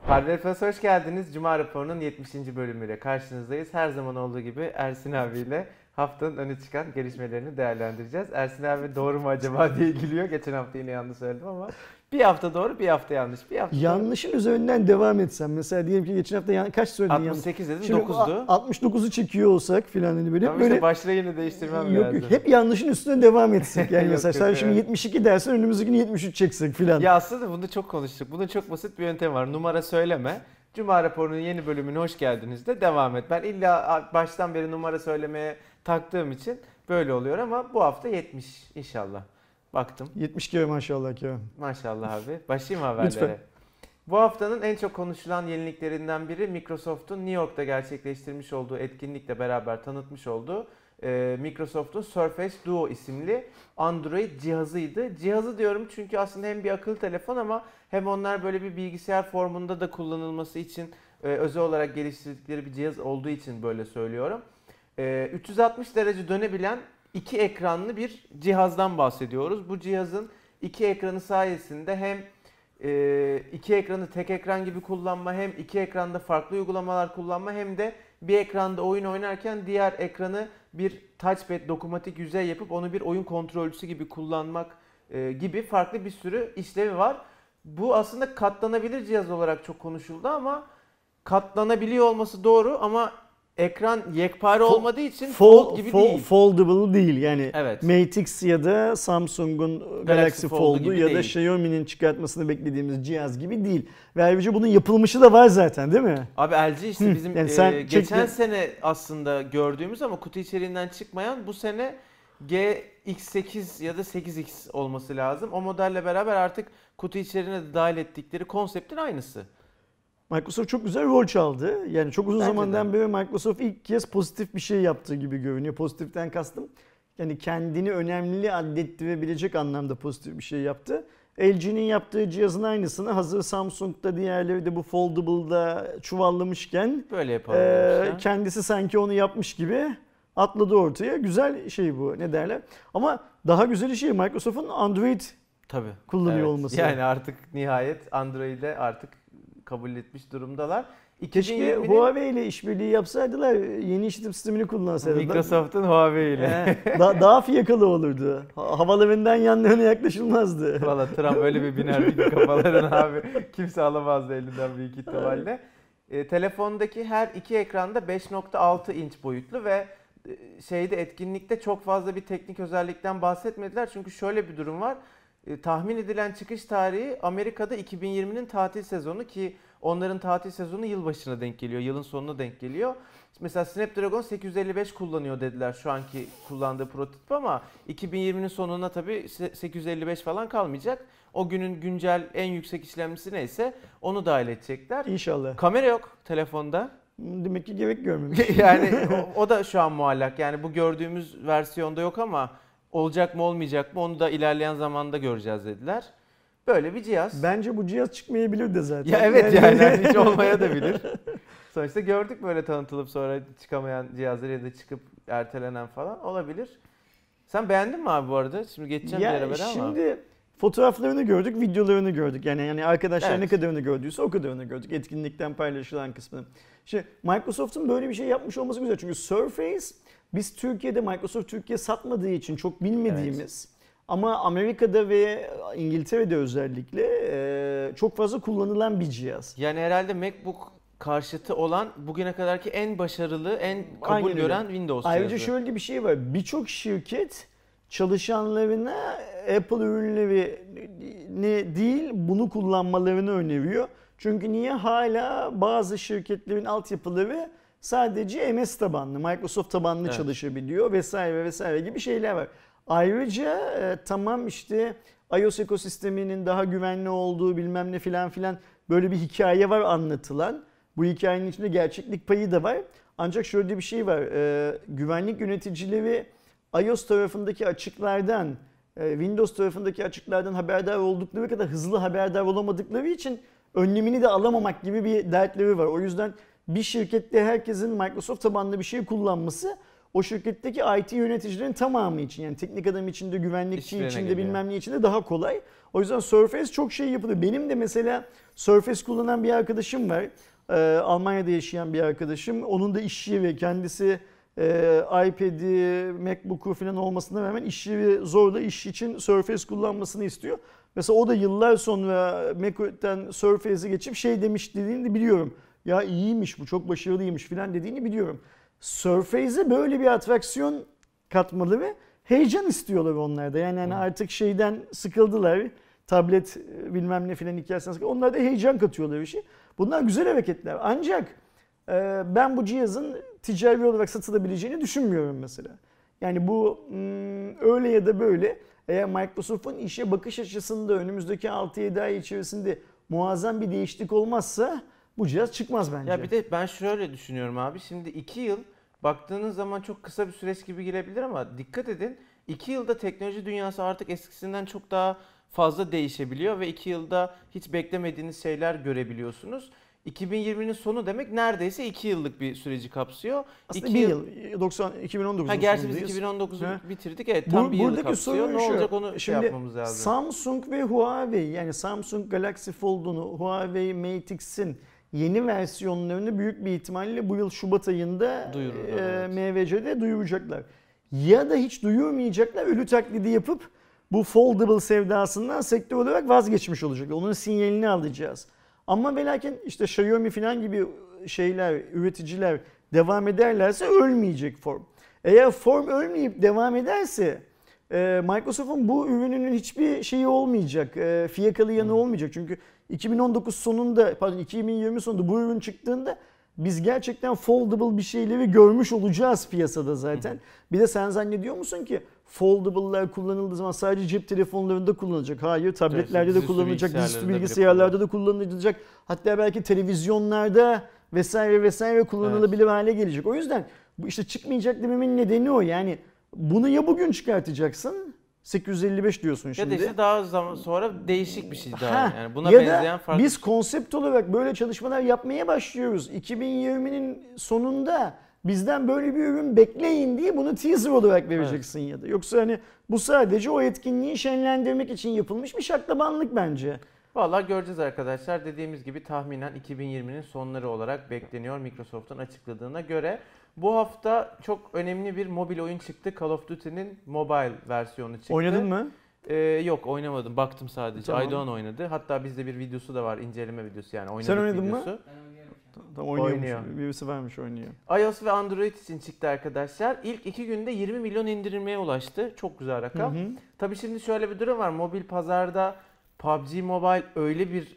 Hardware hoş geldiniz. Cuma raporunun 70. bölümüyle karşınızdayız. Her zaman olduğu gibi Ersin abiyle haftanın öne çıkan gelişmelerini değerlendireceğiz. Ersin abi doğru mu acaba diye gülüyor. Geçen hafta yine yanlış söyledim ama bir hafta doğru, bir hafta yanlış. Bir hafta yanlışın üzerinden devam etsem. Mesela diyelim ki geçen hafta kaç söyledin? 68 dedim, 9'du. 69'u çekiyor olsak filan hani böyle. Ama işte başlığı yine değiştirmem yok, lazım. hep yanlışın üstüne devam etsek. Yani Yok, mesela sen şimdi 72 dersen önümüzdeki 73 çeksek filan. Ya aslında bunu çok konuştuk. Bunun çok basit bir yöntem var. Numara söyleme. Cuma raporunun yeni bölümüne hoş geldiniz de devam et. Ben illa baştan beri numara söylemeye taktığım için böyle oluyor ama bu hafta 70 inşallah. Baktım. 70 kere maşallah ki. Maşallah abi. Başlayayım mı haberlere? Lütfen. Bu haftanın en çok konuşulan yeniliklerinden biri Microsoft'un New York'ta gerçekleştirmiş olduğu etkinlikle beraber tanıtmış olduğu Microsoft'un Surface Duo isimli Android cihazıydı. Cihazı diyorum çünkü aslında hem bir akıllı telefon ama hem onlar böyle bir bilgisayar formunda da kullanılması için özel olarak geliştirdikleri bir cihaz olduğu için böyle söylüyorum. 360 derece dönebilen iki ekranlı bir cihazdan bahsediyoruz. Bu cihazın iki ekranı sayesinde hem iki ekranı tek ekran gibi kullanma, hem iki ekranda farklı uygulamalar kullanma, hem de bir ekranda oyun oynarken diğer ekranı bir touchpad, dokunmatik yüzey yapıp onu bir oyun kontrolcüsü gibi kullanmak gibi farklı bir sürü işlevi var. Bu aslında katlanabilir cihaz olarak çok konuşuldu ama katlanabiliyor olması doğru ama ekran yekpare olmadığı için fold gibi değil. Foldable değil yani. Evet. Mate X ya da Samsung'un Galaxy Fold'u ya da değil. Xiaomi'nin çıkartmasını beklediğimiz cihaz gibi değil. Ve ayrıca bunun yapılmışı da var zaten değil mi? Abi LG işte bizim yani geçen sene aslında gördüğümüz ama kutu içeriğinden çıkmayan, bu sene GX8 ya da 8X olması lazım. O modelle beraber artık kutu içeriğine de dahil ettikleri konseptin aynısı. Microsoft çok güzel rol çaldı. Yani çok uzun Bence zamandan beri Microsoft ilk kez pozitif bir şey yaptığı gibi görünüyor. Pozitiften kastım yani kendini önemli addettirebilecek anlamda pozitif bir şey yaptı. LG'nin yaptığı cihazın aynısını hazır Samsung'da, diğerleri de bu Foldable'da çuvallamışken böyle yapalım. kendisi sanki onu yapmış gibi atladı ortaya. Güzel şey bu, ne derler. Ama daha güzel şey Microsoft'un Android kullanıyor olması. Yani artık nihayet Android'e artık kabul etmiş durumdalar. Keşke Huawei ile işbirliği yapsaydılar, yeni işletim sistemini kullansaydılar. Microsoft'un Huawei ile. Daha fiyakalı olurdu. Havalarından yanlarına yaklaşılmazdı. Valla Trump öyle bir binerdi ki kafalarına abi. Kimse alamazdı elinden büyük ihtimalle. Telefondaki her iki ekranda 5.6 inç boyutlu ve etkinlikte çok fazla bir teknik özellikten bahsetmediler. Çünkü şöyle bir durum var. Tahmin edilen çıkış tarihi Amerika'da 2020'nin tatil sezonu ki onların tatil sezonu yılbaşına denk geliyor, yılın sonuna denk geliyor. Mesela Snapdragon 855 kullanıyor dediler şu anki kullandığı prototip ama 2020'nin sonuna tabii 855 falan kalmayacak. O günün güncel en yüksek işlemcisi neyse onu dahil edecekler. İnşallah. Kamera yok telefonda. Demek ki gerek görmemiş. Yani o da şu an muallak. Yani bu gördüğümüz versiyonda yok ama olacak mı olmayacak mı onu da ilerleyen zamanda göreceğiz dediler. Böyle bir cihaz. Bence bu cihaz çıkmayabilir de zaten. Ya evet yani hiç olmaya da bilir. Sonuçta gördük böyle tanıtılıp sonra çıkamayan cihazlar ya da çıkıp ertelenen falan olabilir. Sen beğendin mi abi bu arada? Şimdi geçeceğim bir yere ama. Şimdi fotoğraflarını gördük, videolarını gördük. Yani arkadaşlar ne kadarını gördüyse o kadarını gördük. Etkinlikten paylaşılan kısmını. Şimdi Microsoft'un böyle bir şey yapmış olması güzel. Çünkü Surface biz Türkiye'de Microsoft Türkiye satmadığı için çok bilmediğimiz ama Amerika'da ve İngiltere'de özellikle çok fazla kullanılan bir cihaz. Yani herhalde MacBook karşıtı olan bugüne kadarki en başarılı, en kabul gören Windows cihazı. Ayrıca şöyle bir şey var. Birçok şirket çalışanlarına Apple ürünlerini değil bunu kullanmalarını öneriyor. Çünkü niye? Hala bazı şirketlerin altyapıları sadece MS tabanlı, Microsoft tabanlı çalışabiliyor vesaire gibi şeyler var. Ayrıca tamam işte iOS ekosisteminin daha güvenli olduğu bilmem ne filan böyle bir hikaye var anlatılan. Bu hikayenin içinde gerçeklik payı da var. Ancak şöyle bir şey var. Güvenlik yöneticileri iOS tarafındaki açıklardan, Windows tarafındaki açıklardan haberdar oldukları kadar hızlı haberdar olamadıkları için önlemini de alamamak gibi bir dertleri var. O yüzden bir şirkette herkesin Microsoft tabanlı bir şey kullanması o şirketteki IT yöneticilerin tamamı için, yani teknik adam için de güvenlikçi için de bilmem ne için de daha kolay. O yüzden Surface çok şey yapılıyor. Benim de mesela Surface kullanan bir arkadaşım var. Almanya'da yaşayan bir arkadaşım. Onun da iş yeri kendisi iPad'i, MacBook'u falan olmasına rağmen iş yeri zorla iş için Surface kullanmasını istiyor. Mesela o da yıllar sonra Mac'ten Surface'e geçip şey demiş dediğini de biliyorum. Ya iyiymiş bu, çok başarılıymış falan dediğini biliyorum. Surface'e böyle bir atraksiyon katmalı ve heyecan istiyorlar onlar da. Yani artık şeyden sıkıldılar. Tablet bilmem ne filan hikayesinden sıkıldılar. Onlar da heyecan katıyorlar bir şey. Bunlar güzel hareketler. Ancak ben bu cihazın ticari olarak satılabileceğini düşünmüyorum mesela. Yani bu öyle ya da böyle eğer Microsoft'un işe bakış açısında önümüzdeki 6-7 ay içerisinde muazzam bir değişiklik olmazsa bu cihaz çıkmaz bence. Ya bir de ben şöyle düşünüyorum abi. Şimdi 2 yıl baktığınız zaman çok kısa bir süreç gibi gelebilir ama dikkat edin. 2 yılda teknoloji dünyası artık eskisinden çok daha fazla değişebiliyor ve 2 yılda hiç beklemediğiniz şeyler görebiliyorsunuz. 2020'nin sonu demek neredeyse 2 yıllık bir süreci kapsıyor. Aslında 2 bir yıl, 2019'un Ha gerçi biz sonundayız. 2019'u bitirdik. Evet tam bir yılı Buradaki kapsıyor. sorun Ne şu, olacak onu şimdi yapmamız lazım. Samsung ve Huawei, yani Samsung Galaxy Fold'unu, Huawei Mate X'in yeni versiyonlarını büyük bir ihtimalle bu yıl Şubat ayında Duyururlar, evet. MWC'de duyuracaklar. Ya da hiç duyurmayacaklar, ölü taklidi yapıp bu foldable sevdasından sektör olarak vazgeçmiş olacaklar. Onun sinyalini alacağız. Ama ve lakin işte Xiaomi falan gibi şeyler, üreticiler devam ederlerse ölmeyecek Form. Eğer Form ölmeyip devam ederse Microsoft'un bu ürününün hiçbir şeyi olmayacak, fiyakalı yanı olmayacak. Çünkü 2019 sonunda, pardon 2020 sonunda bu ürün çıktığında biz gerçekten foldable bir şeyleri görmüş olacağız piyasada zaten. Bir de sen zannediyor musun ki foldable'lar kullanıldığı zaman sadece cep telefonlarında kullanılacak? Hayır, tabletlerde de dizüstü kullanılacak, dizüstü bilgisayarlarda bile bilgisayarlarda da kullanılacak. Hatta belki televizyonlarda vesaire vesaire kullanılabilir hale gelecek. O yüzden bu işte çıkmayacak dememin nedeni o. Yani bunu ya bugün çıkartacaksın, 855 diyorsun Ya şimdi. da işte daha zaman sonra değişik bir şey daha. Ha, Yani buna ya benzeyen da farklı. biz konsept olarak böyle çalışmalar yapmaya başlıyoruz. 2020'nin sonunda bizden böyle bir ürün bekleyin diye bunu teaser olarak vereceksin ya da. Yoksa hani bu sadece o etkinliği şenlendirmek için yapılmış bir şaklabanlık bence. Vallahi göreceğiz arkadaşlar. Dediğimiz gibi tahminen 2020'nin sonları olarak bekleniyor Microsoft'un açıkladığına göre. Bu hafta çok önemli bir mobil oyun çıktı. Call of Duty'nin mobile versiyonu çıktı. Oynadın mı? Yok oynamadım. Baktım sadece. Tamam. Aydoğan oynadı. Hatta bizde bir videosu da var. İnceleme videosu yani. Oynadık Sen oynadın mı? videosu. Tamam, oynuyormuş. Oynuyor. Birisi varmış, oynuyor. iOS ve Android için çıktı arkadaşlar. İlk 2 günde 20 milyon indirilmeye ulaştı. Çok güzel rakam. Tabii şimdi şöyle bir durum var. Mobil pazarda PUBG Mobile öyle bir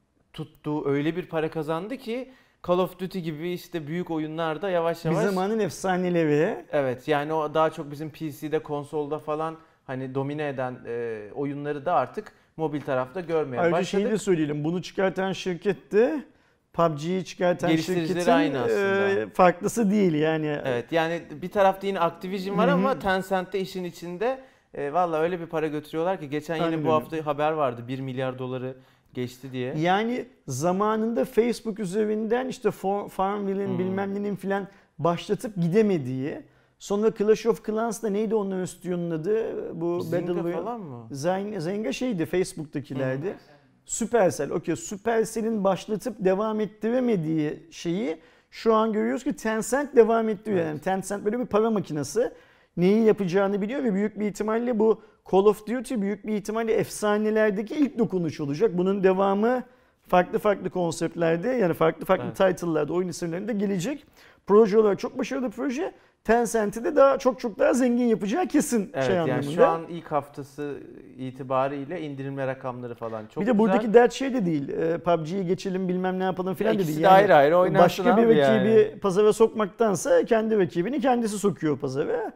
tuttu, öyle bir para kazandı ki Call of Duty gibi işte büyük oyunlarda yavaş Bir yavaş... zamanın efsaneleri. Evet yani o daha çok bizim PC'de, konsolda falan hani domine eden oyunları da artık mobil tarafta görmeye Ayrıca başladık. şeyi de söyleyelim. Bunu çıkartan şirket de PUBG'yi çıkartan Geliştiricileri şirketin aynı aslında. farklısı değil yani. Evet yani bir tarafta yine Activision var ama Tencent de işin içinde. Valla öyle bir para götürüyorlar ki geçen yine Aynen bu öyle. hafta haber vardı 1 milyar doları geçti diye. Yani zamanında Facebook üzerinden işte Farmville'in bilmem nenin filan başlatıp gidemediği. Sonra Clash of Clans'da neydi onun stüdyonun adı? Bu Zynga Battle Royale. falan mı? Zynga şeydi, Facebook'takilerdi. Supercell. Okey, Supercell'in başlatıp devam ettiremediği şeyi şu an görüyoruz ki Tencent devam ettiriyor. Yani Tencent böyle bir para makinesi. Neyi yapacağını biliyor ve büyük bir ihtimalle bu Call of Duty büyük bir ihtimalle efsanelerdeki ilk dokunuş olacak. Bunun devamı farklı konseptlerde, yani farklı title'larda, oyun isimlerinde gelecek. Proje olarak çok başarılı bir proje. Tencent'i de daha çok daha zengin yapacağı kesin Evet şey yani anlamında. şu an ilk haftası itibariyle indirilme rakamları falan çok bir de güzel. buradaki dert şey de değil. PUBG'yi geçelim bilmem ne yapalım falan da İkisi değil. de ayrı ayrı oynansın başka bir abi rakibi yani. pazara sokmaktansa kendi rakibini kendisi sokuyor pazara.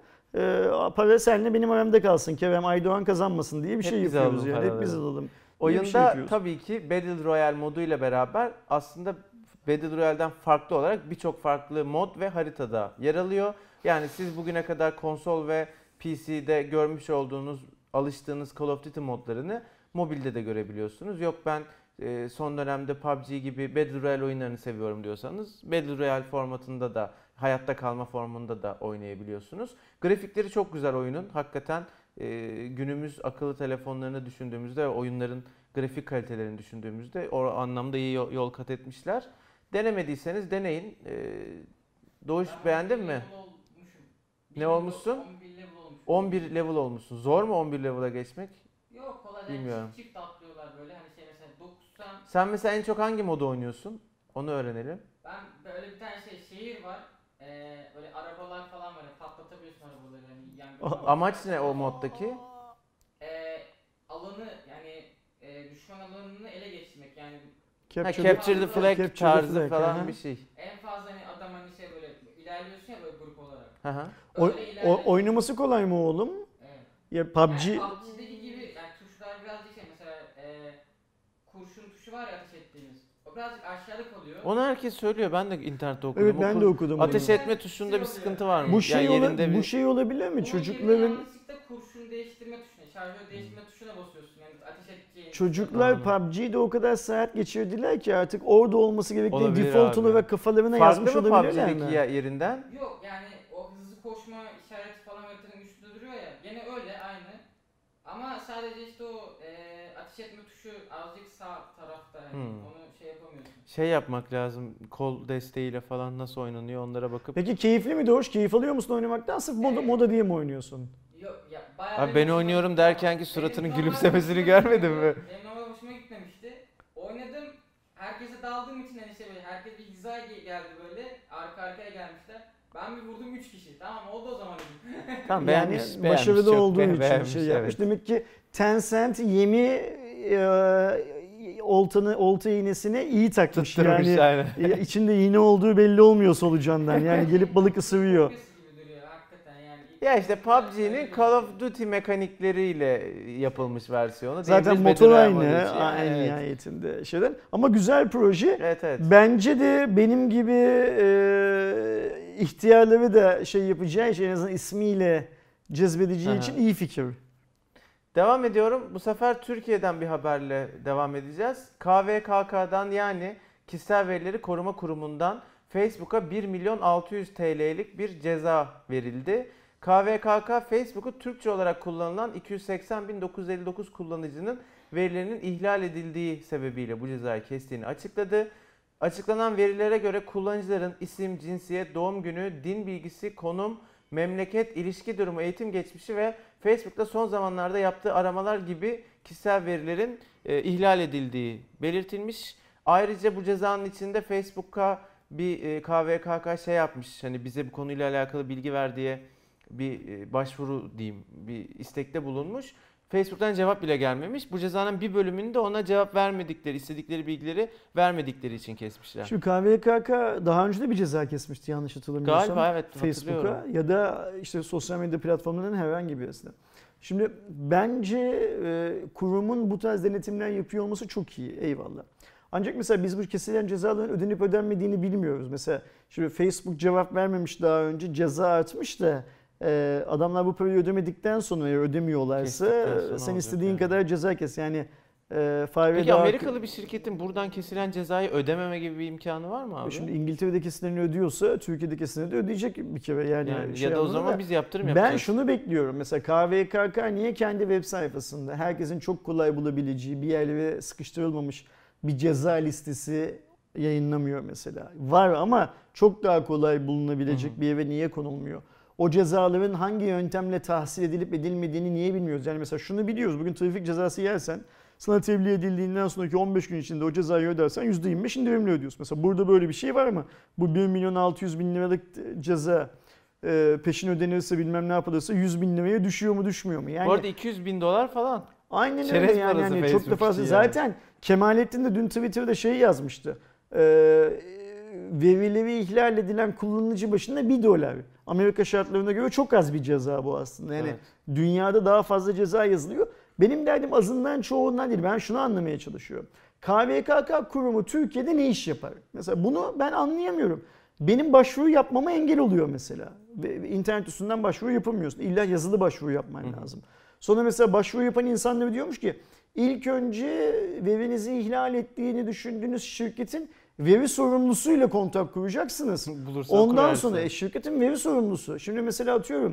Para seninle benim aramda kalsın. Kerem Aydoğan kazanmasın diye bir Hep şey biz yapıyoruz alalım yani. Hep paraları. biz alalım. Oyunda tabii ki Battle Royale moduyla beraber aslında Battle Royale'den farklı olarak birçok farklı mod ve haritada yer alıyor. Yani siz bugüne kadar konsol ve PC'de görmüş olduğunuz, alıştığınız Call of Duty modlarını mobilde de görebiliyorsunuz. Yok ben son dönemde PUBG gibi Battle Royale oyunlarını seviyorum diyorsanız Battle Royale formatında da hayatta kalma formunda da oynayabiliyorsunuz. Grafikleri çok güzel oyunun. Hakikaten günümüz akıllı telefonlarını düşündüğümüzde ve oyunların grafik kalitelerini düşündüğümüzde o anlamda iyi yol kat etmişler. Denemediyseniz deneyin. Doğuş beğendin mi? Ne olmuşsun? 11 level olmuş. 11 level olmuşsun. Zor mu 11 level'a geçmek? Yok kolay. Bilmiyorum. Çift atlıyorlar böyle. Hani şey mesela 90. Sen mesela en çok hangi modu oynuyorsun? Onu öğrenelim. Ben böyle bir tane şehir var. Böyle arabalar falan var. Yani patlatabiliyorsun arabaları. Yani yangın Amaç ne o moddaki? Alanı yani düşman alanını ele geçirmek. Yani Capture the flag Capture the tarzı flag, falan aha. bir şey. en fazla hani adam hani şey böyle ilerliyorsun ya böyle grup olarak. Hı hı. Öyle ilerle. Oynaması kolay mı oğlum? Evet. Ya PUBG Yani PUBG'deki gibi yani tuşlar birazcık şey mesela kurşun tuşu var ya ateş ettiğimiz. O birazcık aşağıda kalıyor. Onu herkes söylüyor. Ben de internette okudum. evet ben de okudum. Ateş onu. etme tuşunda bir sıkıntı var mı? Bu şey Yani yerinde bu şey olabilir mi? Onun yerine Çocukların yanlışlıkla kurşun değiştirme tuşuna, şarjör değiştirme tuşuna basıyorsun. Yani ateş edeceğin. çocuklar Anladım. PUBG'de o kadar saat geçirdiler ki artık orada olması gerektiği Olabilir default abi. olarak kafalarına yazmış farklı mı olabilirler PUBG'deki mi? yerinden? Yok yani o hızlı koşma işareti falan haritanın üstünde duruyor ya. Gene öyle aynı. Ama sadece işte o ateş etme tuşu azıcık sağ tarafta yani. Onu şey yapamıyorsun. Şey yapmak lazım. Kol desteğiyle falan nasıl oynanıyor onlara bakıp. Peki keyifli mi Doğuş? Keyif alıyor musun oynamaktan? Sırf moda diye mi oynuyorsun? Yok ya bayağı Abi benim ben hoşuma oynuyorum gitti derken ama ki suratının benim gülümsemesini normal hoşuma görmedin mi? gitmedi. Benim normal hoşuma gitmemişti. Oynadım. Herkese daldığım için hani şey böyle herkes bir hizaya geldi böyle. Arka arkaya gelmişler. Ben bir vurdum 3 kişi. Tamam oldu o zaman dedim. Tamam Yani beğenmiş. başarılı çok olduğu için beğenmiş, şey yapmış. evet. Demek ki Tencent olta iğnesine iyi takmış. Tutturmuş Yani aynen. içinde iğne olduğu belli olmuyor solucandan. Yani gelip balık ısırıyor. Kopyası gibi duruyor hakikaten yani. Ya işte PUBG'nin Call of Duty mekanikleriyle yapılmış versiyonu. Zaten diyebiliriz motor Battle aynı, Royale için. aynı Evet. nihayetinde şeyden. Ama güzel proje. Evet evet. Bence de benim gibi ihtiyarları da şey yapacağı için en azından ismiyle cezbedeceği Aha. için iyi fikir. Devam ediyorum. Bu sefer Türkiye'den bir haberle devam edeceğiz. KVKK'dan yani Kişisel Verileri Koruma Kurumu'ndan Facebook'a 1 milyon 600 TL'lik bir ceza verildi. KVKK, Facebook'u Türkçe olarak kullanılan 280.959 kullanıcının verilerinin ihlal edildiği sebebiyle bu cezayı kestiğini açıkladı. Açıklanan verilere göre kullanıcıların isim, cinsiyet, doğum günü, din bilgisi, konum, memleket, ilişki durumu, eğitim geçmişi ve Facebook'ta son zamanlarda yaptığı aramalar gibi kişisel verilerin ihlal edildiği belirtilmiş. Ayrıca bu cezanın içinde Facebook'a bir KVKK şey yapmış. Hani bize bu konuyla alakalı bilgi ver diye bir başvuru diyeyim, bir istekte bulunmuş. Facebook'tan cevap bile gelmemiş. Bu cezanın bir bölümünü de ona cevap vermedikleri, istedikleri bilgileri vermedikleri için kesmişler. Şimdi KVKK daha önce de bir ceza kesmişti yanlış hatırlamıyorsam. Galiba evet, Facebook'a hatırlıyorum. ya da işte sosyal medya platformlarının herhangi birisine. Şimdi bence kurumun bu tarz denetimler yapıyor olması çok iyi. Eyvallah. Ancak mesela biz bu kesilen cezaların ödenip ödenmediğini bilmiyoruz. Mesela şimdi Facebook cevap vermemiş daha önce, ceza artmış da adamlar bu parayı ödemedikten sonra ya ödemiyorlarsa Kestikten sonra sen olacak istediğin yani. kadar ceza kes. Yani Peki Amerikalı bir şirketin buradan kesilen cezayı ödememe gibi bir imkanı var mı abi? Şimdi İngiltere'de kesilenini ödüyorsa Türkiye'deki de ödeyecek bir kere yani. Yani şey ya da o anlamında zaman da. biz yaptırım Ben yapacağız. şunu bekliyorum. Mesela KVKK niye kendi web sayfasında herkesin çok kolay bulabileceği bir yerlere sıkıştırılmamış bir ceza listesi yayınlamıyor mesela. Var ama çok daha kolay bulunabilecek bir yere niye konulmuyor? O cezaların hangi yöntemle tahsil edilip edilmediğini niye bilmiyoruz? Yani mesela şunu biliyoruz. Bugün trafik cezası yersen sana tebliğ edildiğinden sonraki 15 gün içinde o cezayı ödersen %25 indirimli ödüyorsun. Mesela burada böyle bir şey var mı? Bu 1 milyon 600 bin liralık ceza peşin ödenirse bilmem ne yapılırsa 100 bin liraya düşüyor mu düşmüyor mu? Yani Bu arada 200 bin dolar falan. aynen Çerez öyle yani, parası çok da Facebook fazla. için yani. Zaten Kemalettin de dün Twitter'da şey yazmıştı. Verileri ihlal edilen kullanıcı başına $1. Amerika şartlarına göre çok az bir ceza bu aslında. Yani Evet. dünyada daha fazla ceza yazılıyor. Benim derdim azından çoğundan değil. Ben şunu anlamaya çalışıyorum. KVKK kurumu Türkiye'de ne iş yapar? Mesela bunu ben anlayamıyorum. Benim başvuru yapmama engel oluyor mesela. İnternet üstünden başvuru yapamıyorsun. İlla yazılı başvuru yapman lazım. Sonra mesela başvuru yapan insanlar diyormuş ki ilk önce verinizi ihlal ettiğini düşündüğünüz şirketin veri sorumlusuyla kontak kuracaksınız. Bulursan Ondan kurarsın. sonra şirketin veri sorumlusu. Şimdi mesela atıyorum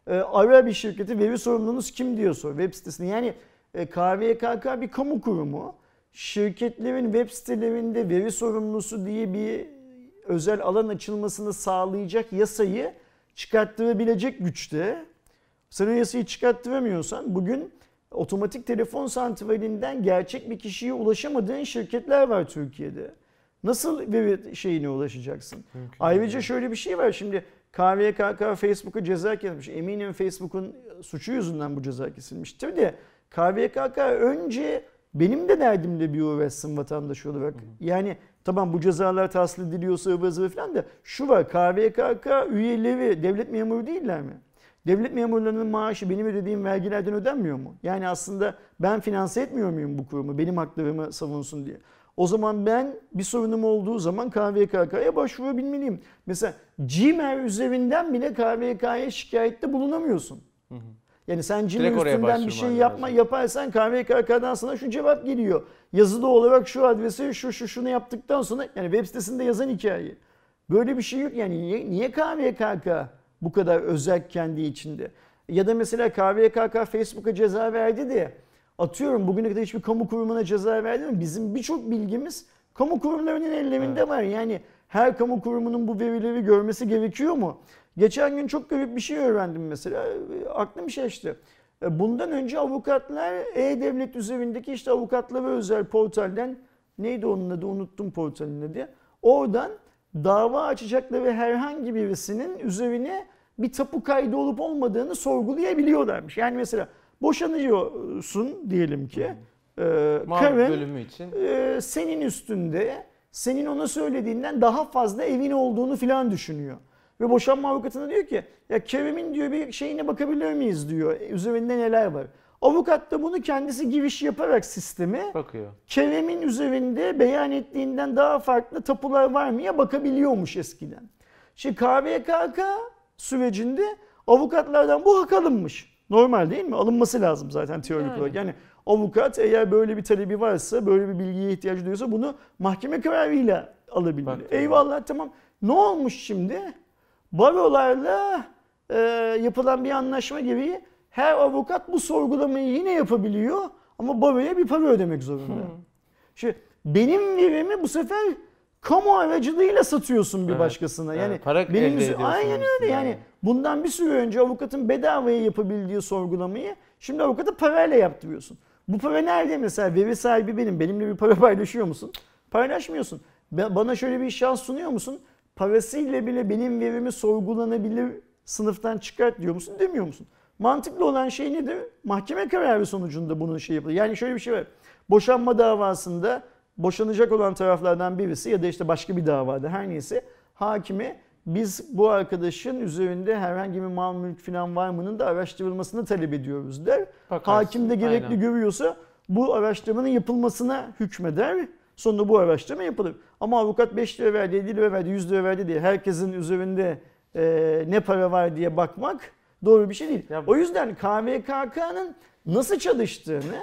ara bir şirketi veri sorumlunuz kim diyor sor web sitesinde. Yani KVKK bir kamu kurumu. Şirketlerin web sitelerinde veri sorumlusu diye bir özel alan açılmasını sağlayacak yasayı çıkarttırabilecek güçte. Sen o yasayı çıkarttıramıyorsan bugün otomatik telefon santralinden gerçek bir kişiye ulaşamadığın şirketler var Türkiye'de. Nasıl veri şeyine ulaşacaksın? Mümkün Ayrıca değil. şöyle bir şey var. Şimdi KVKK Facebook'a ceza kesmiş. Eminim Facebook'un suçu yüzünden bu ceza kesilmiştir de KVKK önce benim de derdimle bir uğraşsın vatandaş olarak. Yani tamam bu cezalar tahsil ediliyorsa ıvır zıvır falan da şu var, KVKK üyeleri devlet memuru değiller mi? Devlet memurlarının maaşı benim ödediğim vergilerden ödenmiyor mu? Yani aslında ben finanse etmiyor muyum bu kurumu benim haklarımı savunsun diye? O zaman ben bir sorunum olduğu zaman KVKK'ya başvurabilmeliyim. Mesela Gmail üzerinden bile KVK'ya şikayette bulunamıyorsun. Yani sen Gmail Direkt oraya üstünden bir şey başvurman lazım. yaparsan KVKK'dan sana şu cevap geliyor. Yazılı olarak şu adrese şunu yaptıktan sonra yani web sitesinde yazan hikaye. Böyle bir şey yok yani niye KVKK bu kadar özel kendi içinde? Ya da mesela KVKK Facebook'a ceza verdi de atıyorum bugüne kadar hiçbir kamu kurumuna ceza verdi mi? Bizim birçok bilgimiz kamu kurumlarının ellerinde var. Yani her kamu kurumunun bu verileri görmesi gerekiyor mu? Geçen gün çok garip bir şey öğrendim mesela. Aklım şaştı. Bundan önce avukatlar E-Devlet üzerindeki işte avukatlara özel portalden neydi onun adı unuttum portalin adı. Oradan dava açacakları herhangi birisinin üzerine bir tapu kaydı olup olmadığını sorgulayabiliyorlarmış. Yani mesela boşanıyorsun diyelim ki. Karın bölümü için. Senin üstünde senin ona söylediğinden daha fazla evin olduğunu filan düşünüyor. Ve boşanma avukatına diyor ki ya Kerem'in diyor bir şeyine bakabilir miyiz diyor. Üzerinde neler var. Avukat da bunu kendisi giriş yaparak sisteme Bakıyor. Kerem'in üzerinde beyan ettiğinden daha farklı tapular var mıya bakabiliyormuş eskiden. Şimdi KVKK sürecinde avukatlardan bu hak alınmış. Normal değil mi? Alınması lazım zaten teorik olarak. Yani avukat eğer böyle bir talebi varsa, böyle bir bilgiye ihtiyacı duyuyorsa bunu mahkeme kararıyla alabilir. Eyvallah tamam. Ne olmuş şimdi? Barolarla yapılan bir anlaşma gibi her avukat bu sorgulamayı yine yapabiliyor ama baroya bir para ödemek zorunda. Şimdi benim verimi bu sefer kamu aracılığıyla satıyorsun bir başkasına. Yani para benim elde ediyorsun aynen öyle yani. Bundan bir süre önce avukatın bedavaya yapabildiği sorgulamayı şimdi avukata parayla yaptırıyorsun. Bu para nerede mesela? Veri sahibi benim. Benimle bir para paylaşıyor musun? Paylaşmıyorsun. Bana şöyle bir şans sunuyor musun? Parasıyla bile benim verimi sorgulanabilir sınıftan çıkart diyor musun? Demiyor musun? Mantıklı olan şey nedir? Mahkeme kararı sonucunda bunun şey yapılır. Yani şöyle bir şey var. Boşanma davasında boşanacak olan taraflardan birisi ya da işte başka bir davada her neyse hakime biz bu arkadaşın üzerinde herhangi bir mal mülk falan var mı'nın da araştırılmasını talep ediyoruz der. Bakarsın, Hakim de gerekli aynen. görüyorsa bu araştırmanın yapılmasına hükmeder. Sonra bu araştırma yapılır. Ama avukat 5 lira verdi, 50 lira verdi, 100 lira verdi diye herkesin üzerinde ne para var diye bakmak doğru bir şey değil. Ya, o yüzden KVKK'nın nasıl çalıştığını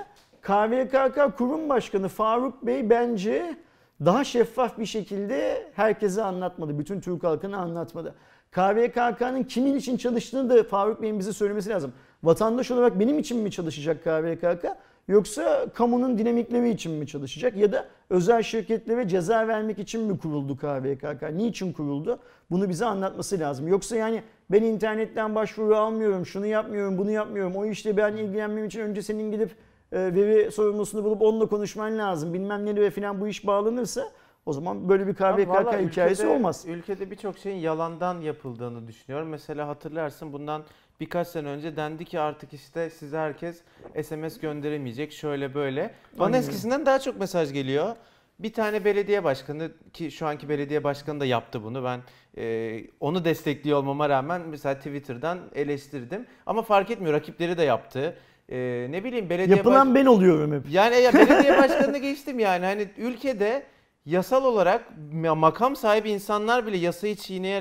KVKK Kurum Başkanı Faruk Bey bence daha şeffaf bir şekilde herkese anlatmadı. Bütün Türk halkına anlatmadı. KVKK'nın kimin için çalıştığını da Faruk Bey'in bize söylemesi lazım. Vatandaş olarak benim için mi çalışacak KVKK? Yoksa kamunun dinamikleri için mi çalışacak? Ya da özel şirketlere ceza vermek için mi kuruldu KVKK? Niçin kuruldu? Bunu bize anlatması lazım. Yoksa yani ben internetten başvuru almıyorum, şunu yapmıyorum, bunu yapmıyorum. O işte ben ilgilenmem için önce senin gidip veri sorumlusunu bulup onunla konuşman lazım. Bilmem ne ve falan bu iş bağlanırsa o zaman böyle bir KVKK hikayesi olmaz. Ülkede birçok şeyin yalandan yapıldığını düşünüyorum. Mesela hatırlarsın bundan birkaç sene önce dendi ki artık işte size herkes SMS gönderemeyecek şöyle böyle. Bana Aynen. eskisinden daha çok mesaj geliyor. Bir tane belediye başkanı ki şu anki belediye başkanı da yaptı bunu. Ben onu destekliyor olmama rağmen mesela Twitter'dan eleştirdim. Ama fark etmiyor rakipleri de yaptı. Ne bileyim belediye Yapılan ben oluyorum hep. Yani ya belediye başkanını geçtim yani hani ülkede yasal olarak makam sahibi insanlar bile yasayı çiğneyerek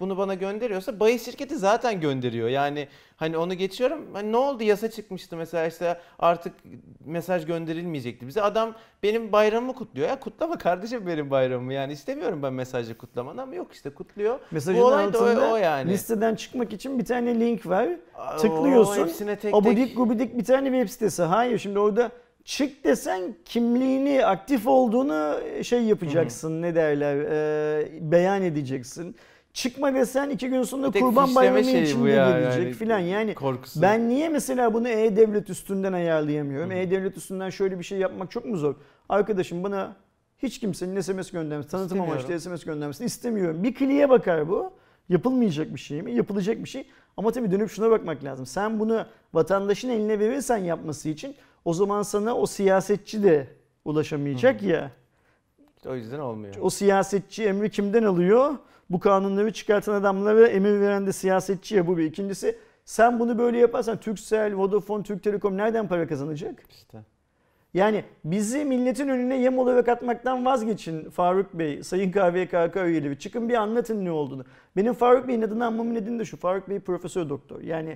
bunu bana gönderiyorsa bahis şirketi zaten gönderiyor. Yani hani onu geçiyorum. Hani ne oldu, yasa çıkmıştı mesela, işte artık mesaj gönderilmeyecekti bize. Adam benim bayramımı kutluyor. Ya kutlama kardeşim benim bayramımı. Yani istemiyorum ben mesajla kutlamanı, ama yok işte kutluyor. Mesajın Bu olay da altında o yani. listeden çıkmak için bir tane link var. O Tıklıyorsun. hepsine tek Abudik tek. gubidik bir tane web sitesi. Hayır, şimdi orada çık desen kimliğini, aktif olduğunu şey yapacaksın, ne derler, beyan edeceksin. Çıkma desen 2 gün sonra Bir tek Kurban fişleme Bayramı şeyi bu içinde ya, gelecek yani filan. Yani korkusu. ben niye mesela bunu E-Devlet üstünden ayarlayamıyorum? E-Devlet üstünden şöyle bir şey yapmak çok mu zor? Arkadaşım bana hiç kimsenin SMS göndermesi, tanıtım amaçlı SMS göndermesini istemiyorum. Bir kliğe bakar bu. Yapılmayacak bir şey mi? Yapılacak bir şey. Ama tabii dönüp şuna bakmak lazım. Sen bunu vatandaşın eline verirsen yapması için, o zaman sana o siyasetçi de ulaşamayacak ya. İşte o yüzden olmuyor. O siyasetçi emri kimden alıyor? Bu kanunları çıkartan adamlara emir veren de siyasetçi ya, bu bir. İkincisi, sen bunu böyle yaparsan Turkcell, Vodafone, Türk Telekom nereden para kazanacak? İşte. Yani bizi milletin önüne yem olarak atmaktan vazgeçin Faruk Bey, Sayın KVKK üyeleri. Çıkın bir anlatın ne olduğunu. Benim Faruk Bey'in adını anmamın nedeni de şu: Faruk Bey profesör doktor. Yani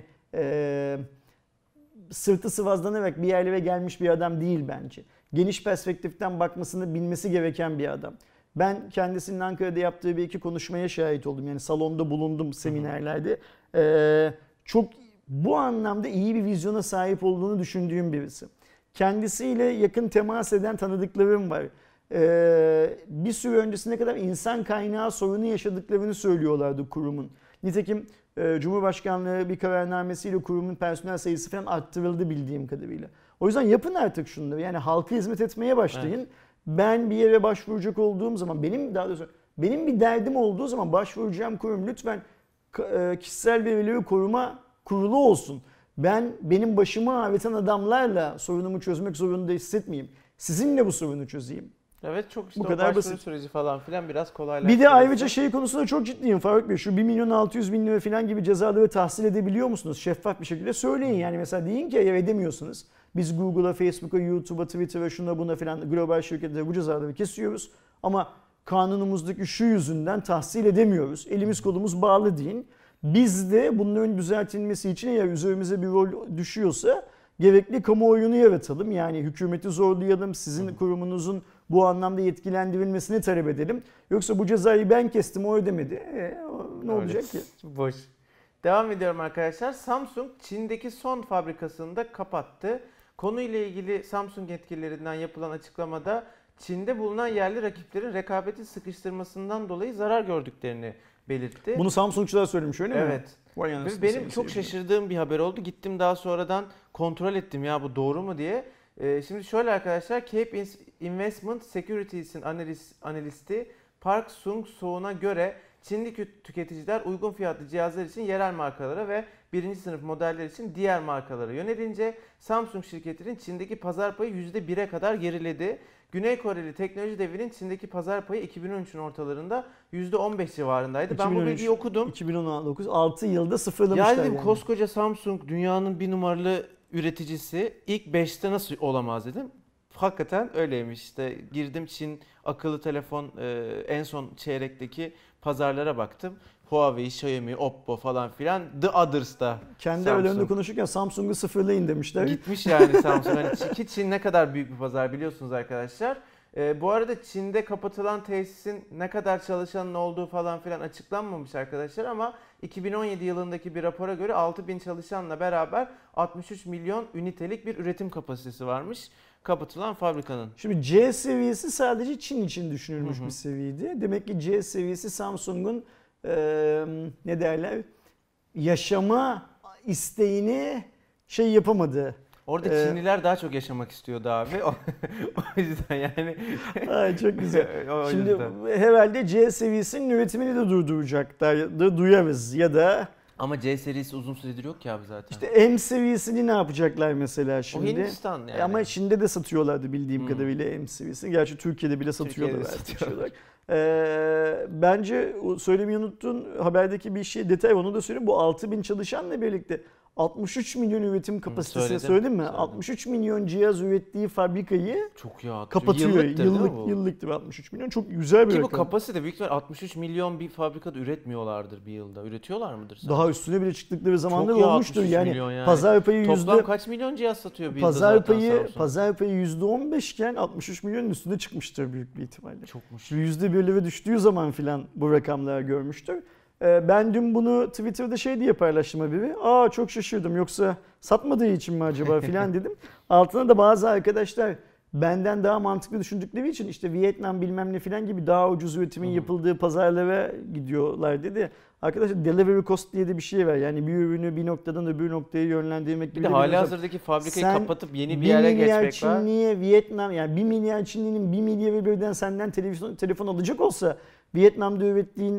sırtı sıvazlanarak bir yerlere gelmiş bir adam değil bence. Geniş perspektiften bakmasını bilmesi gereken bir adam. Ben kendisinin Ankara'da yaptığı bir iki konuşmaya şahit oldum. Yani salonda bulundum seminerlerde. Çok bu anlamda iyi bir vizyona sahip olduğunu düşündüğüm birisi. Kendisiyle yakın temas eden tanıdıklarım var. Bir süre öncesine kadar insan kaynağı sorunu yaşadıklarını söylüyorlardı kurumun. Nitekim Cumhurbaşkanlığı bir kararnamesiyle kurumun personel sayısı falan arttırıldı bildiğim kadarıyla. O yüzden yapın artık şunları. Yani halka hizmet etmeye başlayın. Evet. Ben bir yere başvuracak olduğum zaman, benim bir derdim olduğu zaman başvuracağım kurum lütfen kişisel verileri koruma kurulu olsun. Benim başımı ağrıtan adamlarla sorunumu çözmek zorunda hissetmeyeyim. Sizinle bu sorunu çözeyim. Evet, çok işte bu o kadar başvuru basit. süreci falan filan biraz kolaylaştırılsa. Bir de ayrıca şey konusunda çok ciddiyim Faruk Bey. Şu 1.600.000 lira falan gibi cezaları tahsil edebiliyor musunuz? Şeffaf bir şekilde söyleyin. Yani mesela deyin ki eğer edemiyorsunuz, biz Google'a, Facebook'a, YouTube'a, Twitter'a, şuna buna falan global şirketlere bu cezaları kesiyoruz. Ama kanunumuzdaki şu yüzünden tahsil edemiyoruz. Elimiz kolumuz bağlı deyin. Biz de bunların düzeltilmesi için eğer üzerimize bir rol düşüyorsa gerekli kamuoyunu yaratalım. Yani hükümeti zorlayalım, sizin kurumunuzun bu anlamda yetkilendirilmesini talep edelim. Yoksa bu cezayı ben kestim, o ödemedi. Ne olacak ki? Boş. Devam ediyorum arkadaşlar. Samsung Çin'deki son fabrikasını da kapattı. Konuyla ilgili Samsung yetkililerinden yapılan açıklamada Çin'de bulunan yerli rakiplerin rekabeti sıkıştırmasından dolayı zarar gördüklerini belirtti. Bunu Samsungçular söylemiş öyle mi? Evet. Ve benim çok şaşırdığım bir haber oldu. Gittim daha sonradan kontrol ettim, ya bu doğru mu diye. Şimdi şöyle arkadaşlar, Cape Investment Securities'in analisti Park Sung-soo'na göre Çinli tüketiciler uygun fiyatlı cihazlar için yerel markalara ve birinci sınıf modeller için diğer markalara yönelince Samsung şirketinin Çin'deki pazar payı %1'e kadar geriledi. Güney Koreli teknoloji devinin Çin'deki pazar payı 2013'ün ortalarında %15 civarındaydı. 2013, ben bu bilgiyi okudum. 2019, 6 yılda sıfırlamışlar. Ya dedim, yani. koskoca Samsung dünyanın bir numaralı üreticisi ilk 5'te nasıl olamaz dedim. Hakikaten öyleymiş. İşte girdim Çin akıllı telefon en son çeyrekteki pazarlara baktım. Huawei, Xiaomi, Oppo falan filan, The Others'ta. Kendi aralarında konuşurken Samsung'u sıfırlayın demişler. Gitmiş yani Samsung. Ki Çin ne kadar büyük bir pazar biliyorsunuz arkadaşlar. Bu arada Çin'de kapatılan tesisin ne kadar çalışanın olduğu falan filan açıklanmamış arkadaşlar, ama 2017 yılındaki bir rapora göre 6.000 çalışanla beraber 63 milyon ünitelik bir üretim kapasitesi varmış kapatılan fabrikanın. Şimdi C seviyesi sadece Çin için düşünülmüş bir seviyeydi. Demek ki C seviyesi Samsung'un ne derler, yaşama isteğini şey yapamadı. Orada Çinliler daha çok yaşamak istiyordu abi. O yüzden yani. Ay, çok güzel. Şimdi herhalde C seviyesinin üretimini de durduracaklar. Duyarız ya da. Ama C serisi uzun süredir yok ki abi zaten. İşte M seviyesini ne yapacaklar mesela şimdi? O Hindistan yani. Ama Çin'de de satıyorlardı bildiğim kadarıyla M seviyesini. Gerçi Türkiye'de bile satıyorlar. Bence söylemeyi unuttuğun haberdeki bir şey, detay, onu da söyleyeyim. Bu 6.000 çalışanla birlikte 63 milyon üretim kapasitesi söyledim, söyledim mi? söyledim. 63 milyon cihaz ürettiği fabrikayı Çok ya. kapatıyor. Yıllıktır değil mi bu? Yıllıktır 63 milyon. Çok güzel bir Ki bu rakam. kapasite büyük ihtimal 63 milyon bir fabrikada üretmiyorlardır bir yılda. Üretiyorlar mıdır sence? Daha üstüne bile çıktıkları zamanlar Çok ya, olmuştur. 63 Yani, milyon yani. pazar payı Toplam kaç milyon cihaz satıyor bir yılda zaten Samsung? pazar payı %15 iken 63 milyonun üstünde çıkmıştır büyük bir ihtimalle. Çokmuş. %1'lere düştüğü zaman filan bu rakamlar görmüştür. Ben dün bunu Twitter'da şey diye paylaştım haberi. Çok şaşırdım, yoksa satmadığı için mi acaba filan dedim. Altına da bazı arkadaşlar benden daha mantıklı düşündükleri için işte Vietnam bilmem ne filan gibi daha ucuz üretimin yapıldığı pazarlara gidiyorlar dedi. Arkadaşlar delivery cost diye de bir şey var. Yani bir ürünü bir noktadan öbür noktaya yönlendirmek gibi Bir de halihazırdaki fabrikayı kapatıp yeni bir yere geçmek var. 1 milyar Çinliye Vietnam, yani 1 milyar Çinlinin 1 milyarı birden senden telefon alacak olsa, Vietnam'da ürettiğin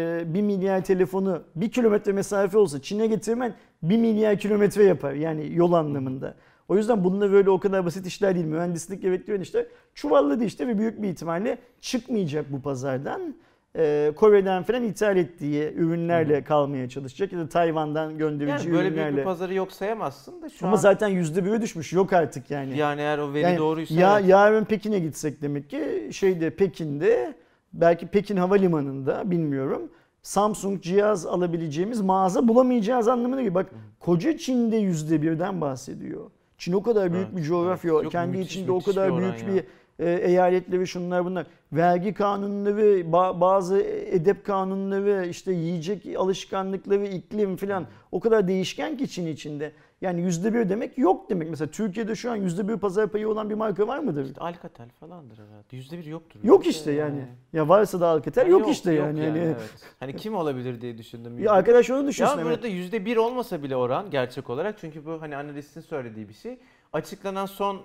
1 milyar telefonu 1 kilometre mesafe olsa Çin'e getirmen 1 milyar kilometre yapar yani yol anlamında. O yüzden bununla böyle o kadar basit işler değil. Mühendislik gerektiren işler çuvalladı işte ve büyük bir ihtimalle çıkmayacak bu pazardan. Kore'den falan ithal ettiği ürünlerle kalmaya çalışacak ya da Tayvan'dan göndereceği Yani böyle ürünlerle. büyük bir pazarı yok sayamazsın da şu Ama an. zaten %1'e düşmüş, yok artık yani. Yani eğer o veri doğruysa. Evet. Yarın Pekin'e gitsek demek ki Pekin'de, belki Pekin Havalimanı'nda, bilmiyorum, Samsung cihaz alabileceğimiz mağaza bulamayacağız anlamına geliyor. Bak koca Çin'de %1'den bahsediyor. Çin o kadar büyük bir coğrafya, evet. Yok, kendi müthiş, içinde o müthiş kadar bir büyük oran ya. bir eyaletleri, şunlar bunlar. Vergi kanunları, bazı edep kanunları, işte yiyecek alışkanlıkları, iklim filan o kadar değişken ki Çin içinde. Yani %1 demek yok demek. Mesela Türkiye'de şu an %1 pazar payı olan bir marka var mıdır? İşte Alcatel falandır herhalde. %1 yoktur. Yok işte yani. Ya varsa da Alcatel yok işte yani. Evet. Hani kim olabilir diye düşündüm. Ya arkadaş onu düşünsün. Ya burada %1 olmasa bile oran gerçek olarak, çünkü bu hani analistin söylediği bir şey. Açıklanan son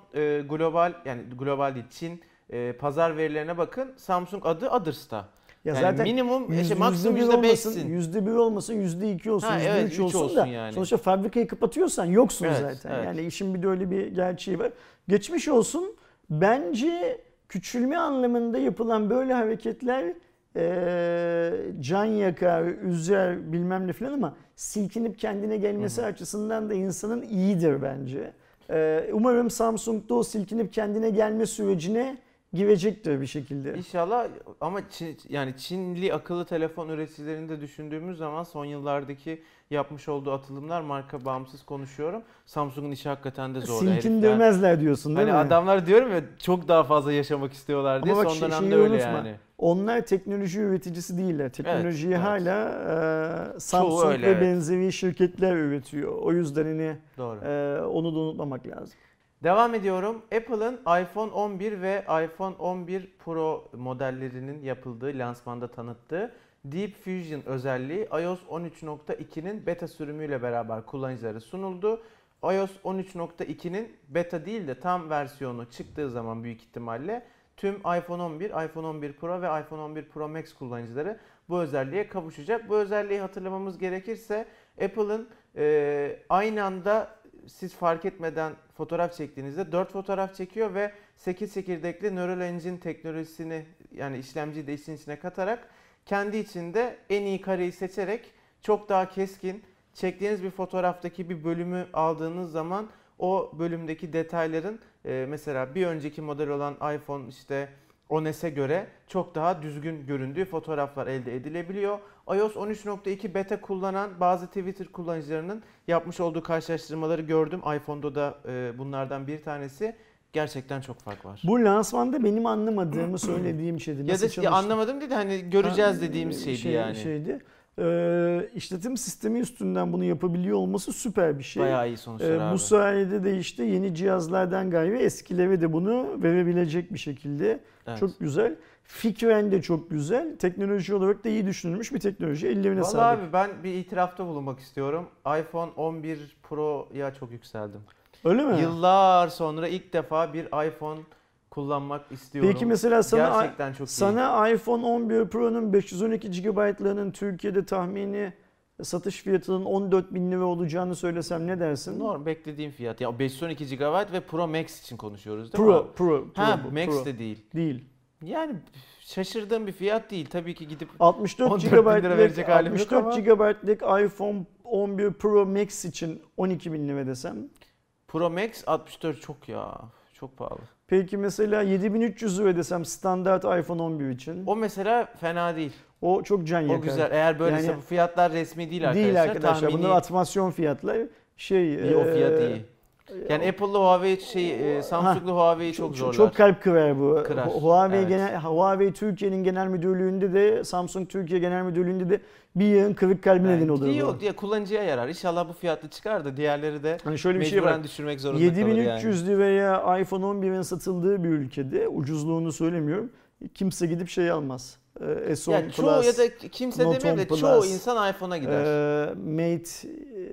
global değil, Çin pazar verilerine bakın. Samsung adı Others'ta. Ya Yani zaten minimum maksimum %5'sin. %1 olmasın, %2 olsun, Ha, %3 evet, olsun da yani. sonuçta fabrikayı kapatıyorsan yoksun Evet, zaten. evet. Yani işin bir de öyle bir gerçeği var. Geçmiş olsun. Bence küçülme anlamında yapılan böyle hareketler can yakar, üzer bilmem ne falan, ama silkinip kendine gelmesi açısından da insanın iyidir bence. Umarım Samsung da o silkinip kendine gelme sürecine girecektir bir şekilde. İnşallah, ama Çinli akıllı telefon üreticilerini de düşündüğümüz zaman son yıllardaki yapmış olduğu atılımlar, marka bağımsız konuşuyorum. Samsung'un işi hakikaten de zor. Silkindirmezler diyorsun değil hani mi? Adamlar diyorum ya, çok daha fazla yaşamak istiyorlar diye. Ama bak Son dönemde şeyi öyle unutma. yani. Onlar teknoloji üreticisi değiller. Teknolojiyi Evet, hala Samsung öyle, ve evet. benzeri şirketler üretiyor. O yüzden Doğru. onu da unutmamak lazım. Devam ediyorum. Apple'ın iPhone 11 ve iPhone 11 Pro modellerinin yapıldığı, lansmanda tanıttığı Deep Fusion özelliği iOS 13.2'nin beta sürümüyle beraber kullanıcılara sunuldu. iOS 13.2'nin beta değil de tam versiyonu çıktığı zaman büyük ihtimalle tüm iPhone 11, iPhone 11 Pro ve iPhone 11 Pro Max kullanıcıları bu özelliğe kavuşacak. Bu özelliği hatırlamamız gerekirse Apple'ın aynı anda siz fark etmeden fotoğraf çektiğinizde 4 fotoğraf çekiyor ve 8 çekirdekli Neural Engine teknolojisini, yani işlemciyi de işin içine katarak kendi içinde en iyi kareyi seçerek çok daha keskin, çektiğiniz bir fotoğraftaki bir bölümü aldığınız zaman o bölümdeki detayların mesela bir önceki model olan iPhone işte XS'e göre çok daha düzgün göründüğü fotoğraflar elde edilebiliyor. iOS 13.2 beta kullanan bazı Twitter kullanıcılarının yapmış olduğu karşılaştırmaları gördüm. iPhone'da da bunlardan bir tanesi. Gerçekten çok fark var. Bu lansmanda benim anlamadığımı söylediğim şeydi. Ya da anlamadım dedi, hani göreceğiz dediğimiz şeydi yani. İşletim sistemi üstünden bunu yapabiliyor olması süper bir şey. Bayağı iyi sonuçlar abi. Bu sayede de işte yeni cihazlardan gayrı eskileri de bunu verebilecek bir şekilde. Evet. Çok güzel. Fikren de çok güzel. Teknoloji olarak da iyi düşünülmüş bir teknoloji. Ellerine sağlık. Vallahi abi ben bir itirafta bulunmak istiyorum. iPhone 11 Pro'ya çok yükseldim. Öyle mi? Yıllar sonra ilk defa bir iPhone kullanmak istiyorum. Peki mesela gerçekten çok sana iPhone 11 Pro'nun 512 GB'larının Türkiye'de tahmini satış fiyatının 14.000 lira olacağını söylesem ne dersin? Normal beklediğim fiyat. Ya 512 GB ve Pro Max için konuşuyoruz değil mi? Pro. Max de değil. Değil. Yani şaşırdığım bir fiyat değil. Tabii ki gidip 64 14.000 lira verecek halim yok ama. GB'lık iPhone 11 Pro Max için 12.000 lira desem. Pro Max 64 çok ya. Çok pahalı. Peki mesela 7.300 lira desem standart iPhone 11 için. O mesela fena değil. O çok can yakar. O güzel. Eğer böyleyse Yani- bu fiyatlar resmi değil arkadaşlar. Değil arkadaşlar. Tahmini Bunlar atmasyon fiyatlar. iyi, o fiyat iyi. Yani Apple'la Huawei Samsung'la Huawei'yi çok zorlar. Çok kalp kırar bu. Kırar, evet. Huawei Türkiye'nin genel müdürlüğünde de Samsung Türkiye genel müdürlüğünde de bir yığın kırık kalbi neden olur. İyi bu. yok diye kullanıcıya yarar. İnşallah bu fiyatlı çıkar da diğerleri de Hani şöyle bir şey mecburen var. düşürmek zorunda kalır yani. 7.300 liraya iPhone 11'in satıldığı bir ülkede, ucuzluğunu söylemiyorum, kimse gidip şey almaz. S10 Ya Plus, çoğu ya da kimse Note demeyeyim de 10 Plus, çoğu insan iPhone'a gider. Mate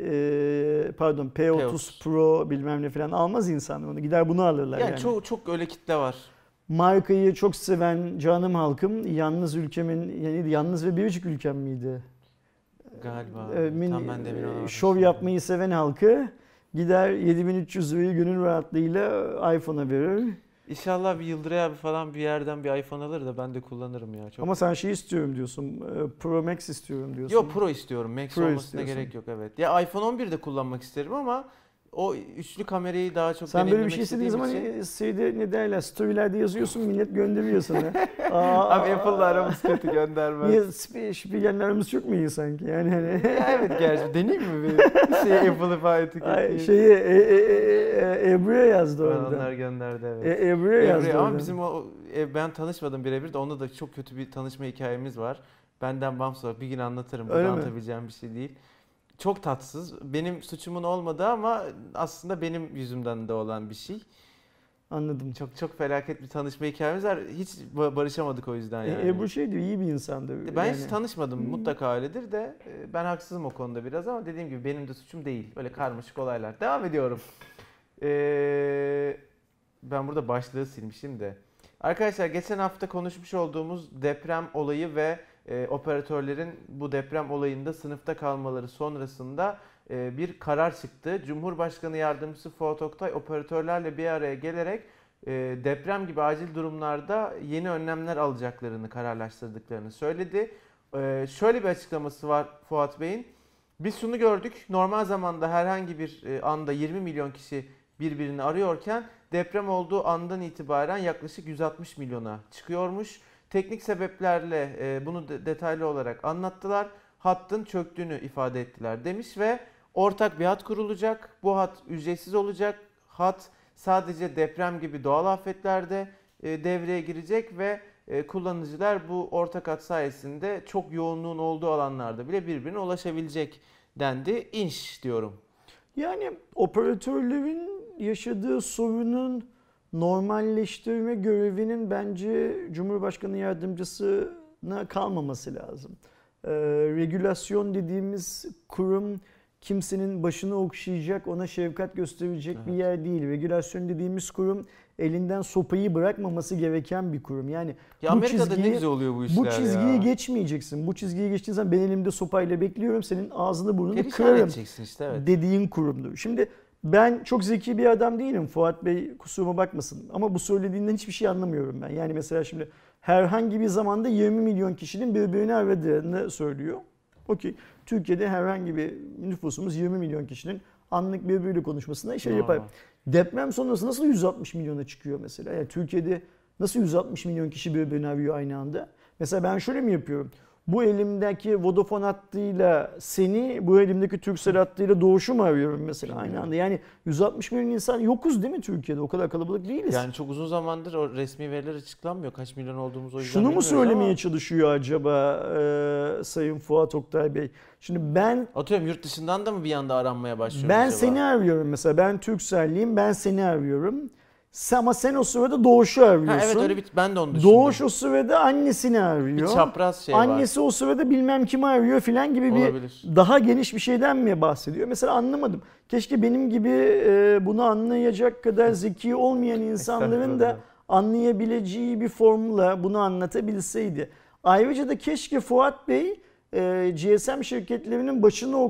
P30 Pro bilmem ne falan almaz insan onu. Gider bunu alırlar Yani yani. çok öyle kitle var. Markayı çok seven canım halkım, yalnız ülkemin, yani yalnız ve biricik ülkem miydi? Galiba. Tam ben de emin olamadım. Şov şimdi. yapmayı seven halkı gider 7.300 lirayı gönül rahatlığıyla iPhone'a verir. İnşallah bir Yıldıray abi falan bir yerden bir iPhone alır da ben de kullanırım ya. Çok. Ama sen şey istiyorum diyorsun, Pro Max istiyorum diyorsun. Yok Pro istiyorum. Max Pro olmasına istiyorsun. gerek yok evet. Ya iPhone 11 de kullanmak isterim ama o üçlü kamerayı daha çok Sen böyle bir şey istediğim istediğin zaman için. şeyde ne derler, storylerde yazıyorsun, millet gönderiyor sana. Abi Apple'la aramız kötü göndermez. Niye Spiegel'lerimiz çok mu iyi sanki? Yani hani Ya evet gerçi deneyim mi bir Apple'ı falan etiketleyeyim. şeyi Ebru'ya yazdı Ben orada. onlar gönderdi evet. Ebru'ya yazdı Ama orada. bizim ben tanışmadım birebir de onda da çok kötü bir tanışma hikayemiz var. Benden bağımsız olarak bir gün anlatırım. Burada Öyle mi? anlatabileceğim bir şey değil. Çok tatsız. Benim suçumun olmadığı ama aslında benim yüzümden de olan bir şey. Anladım. Çok felaket bir tanışma hikayemiz var. Hiç barışamadık o yüzden yani. Ebru şey diyor, iyi bir insandı. Ben yani. hiç tanışmadım. Mutlaka öyledir de ben haksızım o konuda biraz ama dediğim gibi benim de suçum değil. Böyle karmaşık olaylar. Devam ediyorum. Ben burada başlığı silmişim de. Arkadaşlar geçen hafta konuşmuş olduğumuz deprem olayı ve operatörlerin bu deprem olayında sınıfta kalmaları sonrasında bir karar çıktı. Cumhurbaşkanı Yardımcısı Fuat Oktay operatörlerle bir araya gelerek deprem gibi acil durumlarda yeni önlemler alacaklarını kararlaştırdıklarını söyledi. Şöyle bir açıklaması var Fuat Bey'in. Biz şunu gördük. Normal zamanda herhangi bir anda 20 milyon kişi birbirini arıyorken deprem olduğu andan itibaren yaklaşık 160 milyona çıkıyormuş. Teknik sebeplerle bunu detaylı olarak anlattılar. Hattın çöktüğünü ifade ettiler demiş ve ortak bir hat kurulacak. Bu hat ücretsiz olacak. Hat sadece deprem gibi doğal afetlerde devreye girecek ve kullanıcılar bu ortak hat sayesinde çok yoğunluğun olduğu alanlarda bile birbirine ulaşabilecek dendi. İnş diyorum. Yani operatörlerin yaşadığı sorunun normalleştirme görevinin bence Cumhurbaşkanı Yardımcısına kalmaması lazım. Regülasyon dediğimiz kurum kimsenin başını okşayacak, ona şefkat gösterecek bir yer değil. Regülasyon dediğimiz kurum elinden sopayı bırakmaması gereken bir kurum. Yani Ya Amerika'da ne güzel oluyor bu işler bu çizgiyi ya. geçmeyeceksin. Bu çizgiyi geçtiğin zaman ben elimde sopayla bekliyorum, senin ağzını burnunu Perişan kırarım edeceksin işte evet. dediğin kurumdur. Şimdi ben çok zeki bir adam değilim. Fuat Bey kusuruma bakmasın. Ama bu söylediğinden hiçbir şey anlamıyorum ben. Yani mesela şimdi herhangi bir zamanda 20 milyon kişinin birbirini aradığını söylüyor. Okey. Türkiye'de herhangi bir nüfusumuz 20 milyon kişinin anlık birbiriyle konuşmasına şey yapar. Deprem sonrası nasıl 160 milyona çıkıyor mesela? Yani Türkiye'de nasıl 160 milyon kişi birbirini arıyor aynı anda? Mesela ben şöyle mi yapıyorum? Bu elimdeki Vodafone hattıyla seni, bu elimdeki Turkcell hattıyla Doğuş'u mu arıyorum mesela aynı anda? Yani 160 milyon insan yokuz değil mi Türkiye'de? O kadar kalabalık değiliz. Yani çok uzun zamandır o resmi veriler açıklanmıyor. Kaç milyon olduğumuz o yüzden Şunu mu bilmiyoruz söylemeye ama çalışıyor acaba Sayın Fuat Oktay Bey? Şimdi ben atıyorum yurt dışından da mı bir anda aranmaya başlıyor ben acaba? seni arıyorum mesela. Ben Turkcell'liyim. Ben seni arıyorum. Ama sen o sırada Doğuş'u arıyorsun. Ha evet öyle ben de onu düşündüm. Doğuş o sırada annesini arıyor. Bir çapraz şey var. Annesi o sırada bilmem kimi arıyor filan gibi Olabilir. bir daha geniş bir şeyden mi bahsediyor? Mesela anlamadım. Keşke benim gibi bunu anlayacak kadar zeki olmayan insanların da anlayabileceği bir formla bunu anlatabilseydi. Ayrıca da keşke Fuat Bey GSM şirketlerinin başını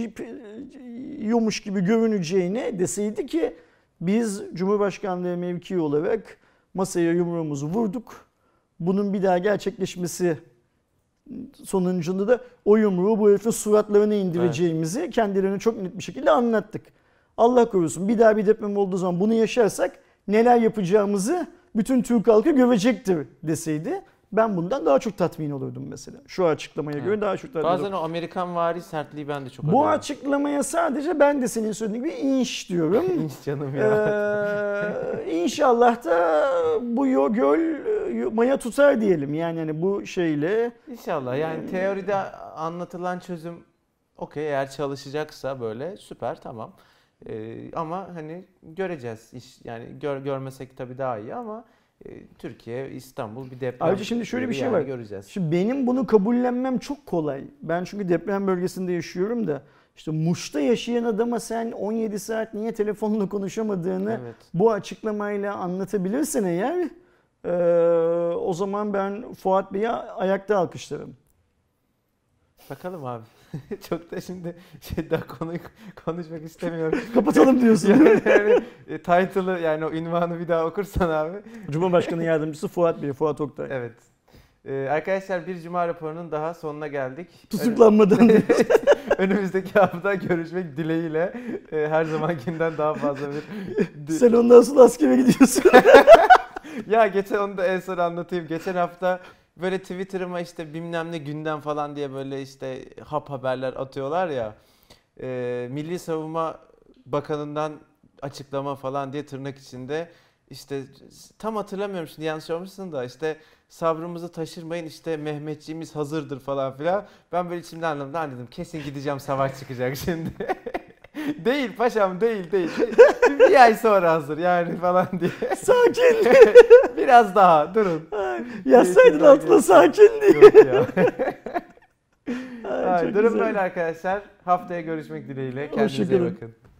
okşayıyormuş gibi görüneceğine deseydi ki biz Cumhurbaşkanlığı mevkii olarak masaya yumruğumuzu vurduk. Bunun bir daha gerçekleşmesi Sonuncunda da o yumruğu bu herifin suratlarına indireceğimizi kendilerine çok net bir şekilde anlattık. Allah korusun bir daha bir deprem olduğu zaman bunu yaşarsak neler yapacağımızı bütün Türk halkı görecektir deseydi ben bundan daha çok tatmin olurdum mesela. Şu açıklamaya göre daha çok tatmin Bazen olurdum. o Amerikanvari sertliği ben de çok Bu arıyorum. açıklamaya sadece ben de senin söylediğin gibi inş diyorum. İnş canım ya. İnşallah da bu göl maya tutar diyelim. Yani hani bu şeyle. İnşallah yani teoride anlatılan çözüm okey, eğer çalışacaksa böyle süper, tamam. Ama hani göreceğiz. Yani görmesek tabii daha iyi ama Türkiye, İstanbul bir deprem. Ayrıca şimdi şöyle bir şey yani var. Göreceğiz. Şimdi benim bunu kabullenmem çok kolay. Ben çünkü deprem bölgesinde yaşıyorum da işte Muş'ta yaşayan adama sen 17 saat niye telefonla konuşamadığını Evet. bu açıklamayla anlatabilirsen eğer o zaman ben Fuat Bey'i ayakta alkışlarım. Bakalım abi. Çok da şimdi daha konuyu konuşmak istemiyorum. Kapatalım diyorsun. yani title'ı, yani o ünvanı bir daha okursan abi. Cumhurbaşkanı Yardımcısı Fuat Bey, Fuat Oktay. Evet. Arkadaşlar bir Cuma raporunun daha sonuna geldik. Tutuklanmadan Önümüzdeki hafta görüşmek dileğiyle her zamankinden daha fazla bir... sen ondan sonra askere gidiyorsun. Ya geçen onu da en son anlatayım. Geçen hafta böyle Twitter'ıma işte bilmem ne gündem falan diye böyle işte hap haberler atıyorlar ya. Milli Savunma Bakanı'ndan açıklama falan diye tırnak içinde işte tam hatırlamıyorum şimdi, yanlış olmuşsun da işte sabrımızı taşırmayın, işte Mehmetçiğimiz hazırdır falan filan. Ben böyle içimden anladım. Lan dedim kesin gideceğim, savaş çıkacak şimdi. Değil paşam, değil. Bir ay sonra hazır yani falan diye. Sakin. Biraz daha durun. Yazsaydın altına sakin diye. Yok ya. Ay, çok Durum güzel. böyle arkadaşlar. Haftaya görüşmek dileğiyle. Kendinize iyi Hoşçakalın. bakın.